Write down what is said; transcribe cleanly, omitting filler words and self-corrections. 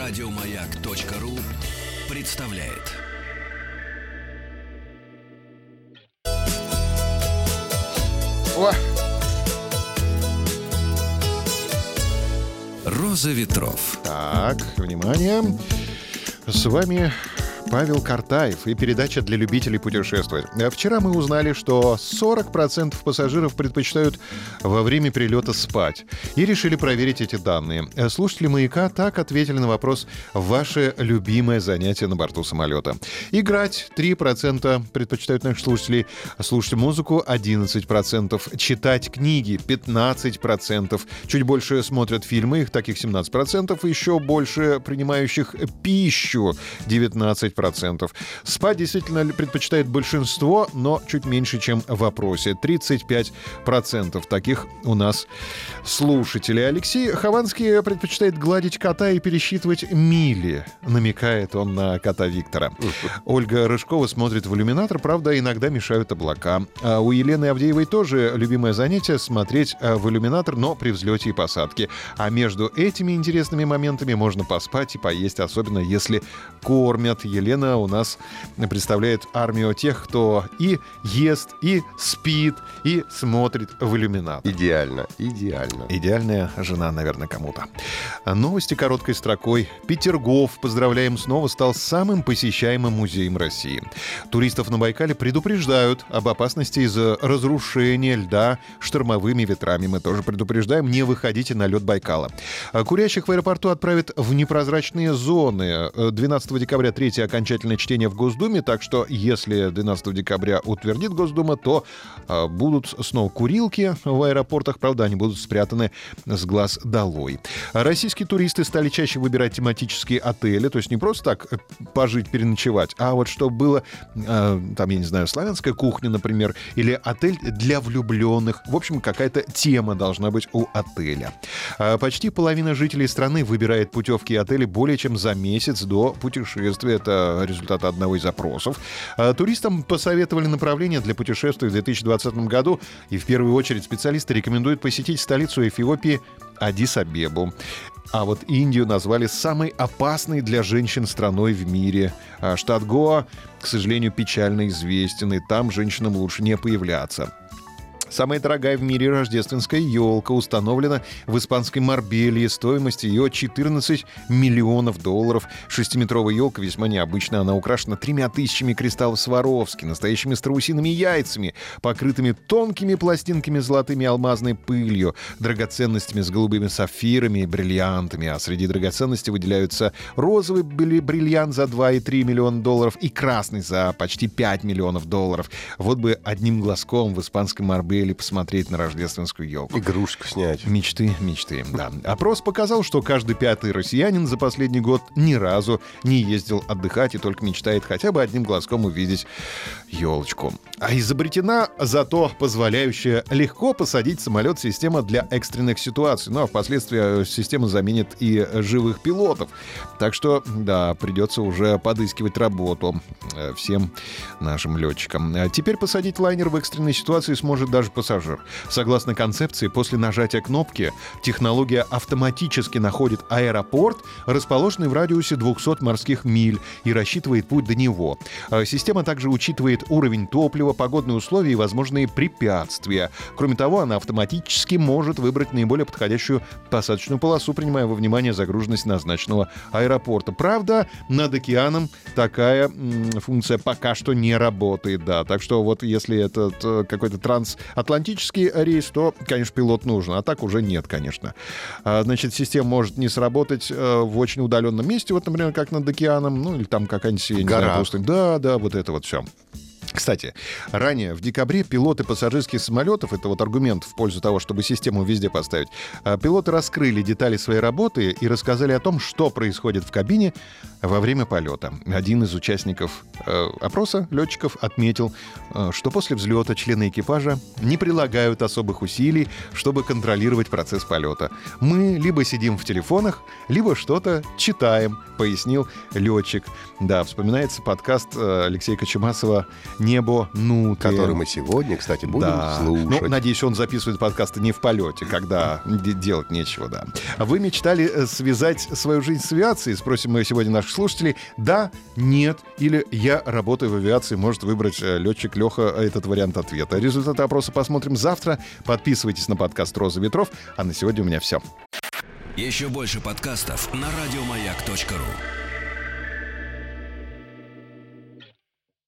Радиомаяк.ру представляет. Роза ветров. Так, внимание. С вами Павел Картаев и передача для любителей путешествовать. Вчера мы узнали, что 40% пассажиров предпочитают во время перелета спать. И решили проверить эти данные. Слушатели «Маяка» так ответили на вопрос: ваше любимое занятие на борту самолета. Играть 3% предпочитают наших слушателей. Слушать музыку 11%. Читать книги 15%. Чуть больше смотрят фильмы, их таких 17%. Еще больше принимающих пищу 19%. Спать действительно предпочитает большинство, но чуть меньше, чем в вопросе. 35% таких у нас слушателей. Алексей Хованский предпочитает гладить кота и пересчитывать мили. Намекает он на кота Виктора. Ольга Рыжкова смотрит в иллюминатор, правда, иногда мешают облака. А у Елены Авдеевой тоже любимое занятие — смотреть в иллюминатор, но при взлете и посадке. А между этими интересными моментами можно поспать и поесть, особенно если кормят. Елена у нас представляет армию тех, кто и ест, и спит, и смотрит в иллюминатор. Идеально. Идеальная жена, наверное, кому-то. Новости короткой строкой. Петергоф, поздравляем, снова стал самым посещаемым музеем России. Туристов на Байкале предупреждают об опасности из-за разрушения льда штормовыми ветрами. Мы тоже предупреждаем: не выходите на лед Байкала. Курящих в аэропорту отправят в непрозрачные зоны. 12 декабря третье окончательное чтение в Госдуме, так что если 12 декабря утвердит Госдума, то будут снова курилки в аэропортах. Правда, они будут спрятаны с глаз долой. Российские туристы стали чаще выбирать тематические отели, то есть не просто так пожить, переночевать, а вот чтобы было, там, я не знаю, славянская кухня, например, или отель для влюбленных. В общем, какая-то тема должна быть у отеля. Почти половина жителей страны выбирает путевки и отели более чем за месяц до путешествия. Это результат одного из опросов. Туристам посоветовали направления для путешествий в 2020 году. И в первую очередь специалисты рекомендуют посетить столицу Эфиопии Аддис-Абебу. А вот Индию назвали самой опасной для женщин страной в мире. Штат Гоа, к сожалению, печально известен, и там женщинам лучше не появляться. Самая дорогая в мире рождественская елка установлена в испанской Марбелье. Стоимость ее $14 миллионов. 6-метровая елка весьма необычная. Она украшена 3000 кристаллов Сваровски, настоящими страусиными яйцами, покрытыми тонкими пластинками золотыми, алмазной пылью, драгоценностями с голубыми сапфирами и бриллиантами. А среди драгоценностей выделяются розовый бриллиант за $2,3 миллиона и красный за почти $5 миллионов. Вот бы одним глазком в испанской Марбелье или посмотреть на рождественскую елку. Игрушку снять. Мечты, да. Опрос показал, что каждый пятый россиянин за последний год ни разу не ездил отдыхать и только мечтает хотя бы одним глазком увидеть елочку. А изобретена зато позволяющая легко посадить самолет система для экстренных ситуаций. Ну а впоследствии система заменит и живых пилотов. Так что, да, придется уже подыскивать работу всем нашим летчикам. Теперь посадить лайнер в экстренной ситуации сможет даже пассажир. Согласно концепции, после нажатия кнопки технология автоматически находит аэропорт, расположенный в радиусе 200 морских миль, и рассчитывает путь до него. Система также учитывает уровень топлива, погодные условия и возможные препятствия. Кроме того, она автоматически может выбрать наиболее подходящую посадочную полосу, принимая во внимание загруженность назначенного аэропорта. Правда, над океаном такая функция пока что не работает. Да. Так что вот если этот какой-то трансатлантический рейс, то, конечно, пилот нужен, а так уже нет, конечно. Значит, система может не сработать в очень удаленном месте, вот, например, как над океаном, ну, или там какая-нибудь, я не знаю, пустынь. Да, вот это вот все. Кстати, ранее, в декабре, пилоты пассажирских самолетов, это вот аргумент в пользу того, чтобы систему везде поставить, пилоты раскрыли детали своей работы и рассказали о том, что происходит в кабине во время полета. Один из участников опроса летчиков отметил, что после взлета члены экипажа не прилагают особых усилий, чтобы контролировать процесс полета. Мы либо сидим в телефонах, либо что-то читаем, пояснил летчик. Да, вспоминается подкаст Алексея Кочемасова Небо Нуты. Который мы сегодня, кстати, будем слушать. Ну, надеюсь, он записывает подкасты не в полете, когда делать нечего, да. Вы мечтали связать свою жизнь с авиацией? Спросим мы сегодня наших слушателей. Да, нет, или я работаю в авиации, может выбрать летчик Леха этот вариант ответа. Результаты опроса посмотрим завтра. Подписывайтесь на подкаст «Роза ветров». А на сегодня у меня все. Еще больше подкастов на радиомаяк.ру.